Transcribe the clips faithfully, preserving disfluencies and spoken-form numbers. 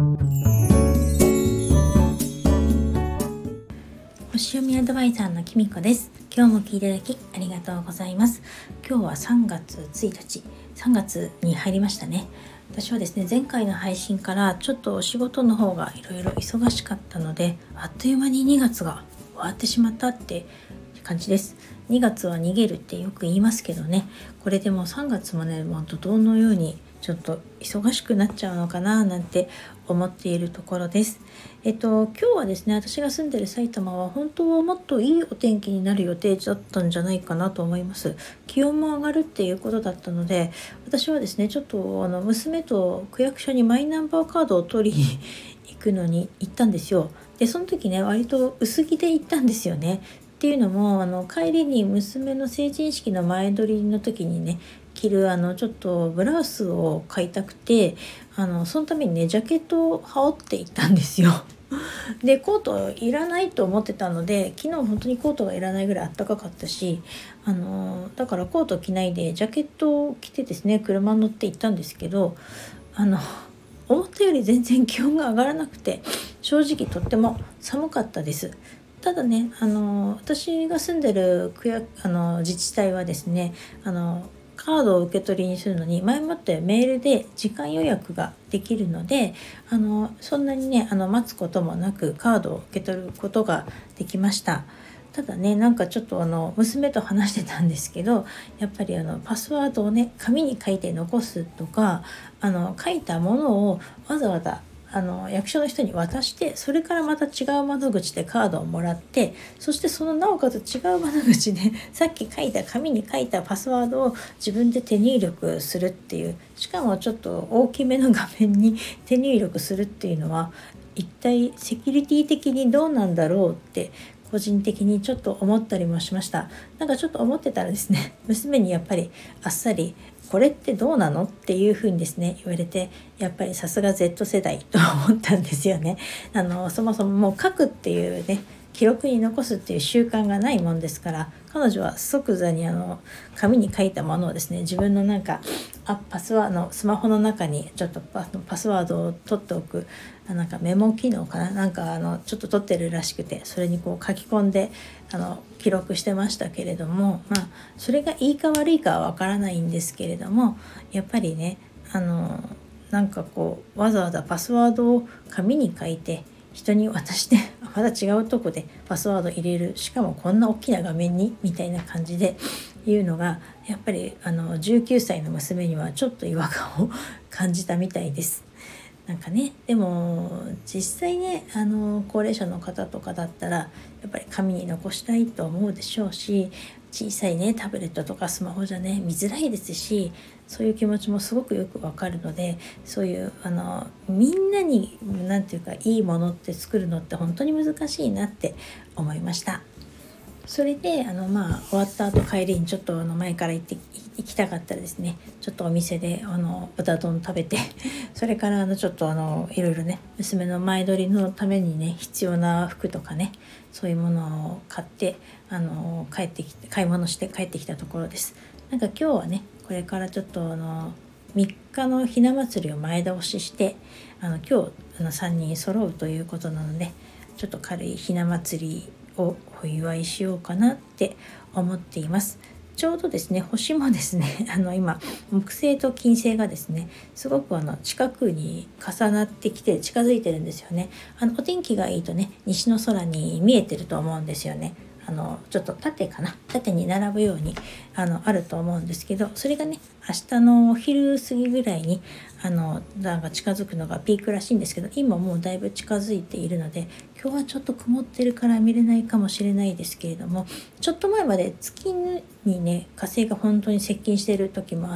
星読みアドバイザーのきみこです。今日も聞いていただきありがとうございます。今日はさんがつついたち、さんがつに入りましたね。私はですね、前回の配信からちょっとお仕事の方がいろいろ忙しかったので、あっという間ににがつが終わってしまったって感じです。にがつは逃げるってよく言いますけどね、これでもさんがつもね、もう怒涛のようにちょっと忙しくなっちゃうのかななんて思っているところです。えっと今日はですね、私が住んでる埼玉は本当はもっといいお天気になる予定だったんじゃないかなと思います。気温も上がるっていうことだったので、私はですね、ちょっとあの娘と区役所にマイナンバーカードを取りに行くのに行ったんですよ。でその時ね、割と薄着で行ったんですよね。っていうのも、あの帰りに娘の成人式の前撮りの時にね、着るあのちょっとブラウスを買いたくて、あのそのためにねジャケットを羽織っていったんですよ。でコートいらないと思ってたので、昨日本当にコートがいらないぐらい暖かかったし、あのだからコート着ないでジャケットを着てですね、車に乗って行ったんですけど、あの思ったより全然気温が上がらなくて、正直とっても寒かったです。ただね、あの私が住んでる区やあの自治体はですね、あのカードを受け取りにするのに前もってメールで時間予約ができるので、あのそんなにねあの待つこともなくカードを受け取ることができました。ただね、なんかちょっとあの娘と話してたんですけど、やっぱりあのパスワードをね紙に書いて残すとか、あの書いたものをわざわざあの役所の人に渡して、それからまた違う窓口でカードをもらって、そしてそのなおかつ違う窓口でさっき書いた紙に書いたパスワードを自分で手入力するっていう、しかもちょっと大きめの画面に手入力するっていうのは、一体セキュリティ的にどうなんだろうって個人的にちょっと思ったりもしました。なんかちょっと思ってたらですね、娘にやっぱりあっさりこれってどうなのっていう風にですね言われて、やっぱりさすが Z 世代と思ったんですよね。あのそもそももう書くっていうね、記録に残すっていう習慣がないもんですから、彼女は即座にあの紙に書いたものをですね、自分のなんかあパスワードのスマホの中にちょっと パ, パスワードを取っておく、なんかメモ機能かな、なんかあのちょっと取ってるらしくて、それにこう書き込んであの記録してましたけれども、まあそれがいいか悪いかはわからないんですけれども、やっぱりね、あのなんかこうわざわざパスワードを紙に書いて人に渡してまた違うとこでパスワード入れる、しかもこんな大きな画面にみたいな感じで言うのが、やっぱりあのじゅうきゅうさいの娘にはちょっと違和感を感じたみたいです。なんかね、でも実際ね、あの高齢者の方とかだったらやっぱり紙に残したいと思うでしょうし、小さいねタブレットとかスマホじゃね見づらいですし、そういう気持ちもすごくよくわかるので、そういうあのみんなになんていうかいいものって作るのって本当に難しいなって思いました。それであのまあ終わった後帰りにちょっとあの前から行って行きたかったらですね、ちょっとお店であの豚丼食べてそれからあのちょっとあのいろいろね娘の前撮りのためにね必要な服とかね、そういうものを買ってあの帰ってきて買い物して帰ってきたところです。なんか今日はねこれからちょっとあのみっかのひな祭りを前倒しして、あの今日あのさんにん揃うということなので、ちょっと軽いひな祭りをお祝いしようかなって思っています。ちょうどですね、星もですねあの今木星と金星がですねすごくあの近くに重なってきて近づいてるんですよね。あのお天気がいいとね西の空に見えてると思うんですよね。あのちょっと縦かな縦に並ぶようにあのあると思うんですけど、それがね明日のお昼過ぎぐらいにあのなんか近づくのがピークらしいんですけど、今もうだいぶ近づいているので、今日はちょっと曇ってるから見れないかもしれないですけれども、ちょっと前まで月にね火星が本当に接近している時もあって、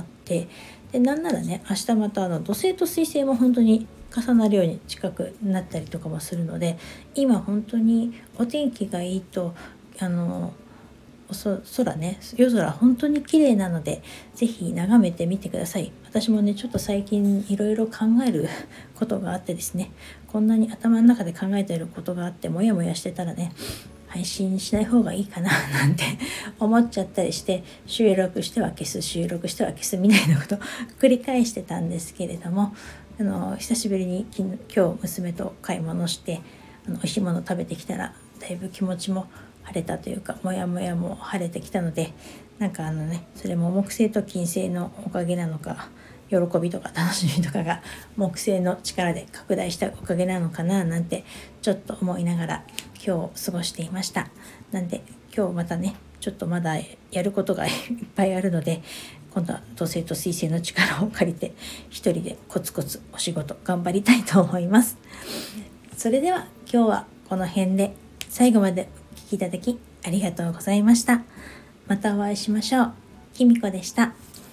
でなんならね明日またあの土星と水星も本当に重なるように近くなったりとかもするので、今本当にお天気がいいとあのそ空ね夜空本当に綺麗なので、ぜひ眺めてみてください。私もねちょっと最近いろいろ考えることがあってですね、こんなに頭の中で考えていることがあってモヤモヤしてたらね、配信しない方がいいかななんて思っちゃったりして、収録しては消す収録しては消すみたいなことを繰り返してたんですけれども、 あの久しぶりに今日娘と買い物してあの美味しいもの食べてきたらだいぶ気持ちも晴れたというかモヤモヤも晴れてきたので、なんかあのねそれも木星と金星のおかげなのか喜びとか楽しみとかが木星の力で拡大したおかげなのかななんてちょっと思いながら今日を過ごしていました。なんで今日またねちょっとまだやることがいっぱいあるので、今度は土星と水星の力を借りて一人でコツコツお仕事頑張りたいと思います。それでは今日はこの辺で、最後までお聞きいただきありがとうございました。またお会いしましょう。きみこでした。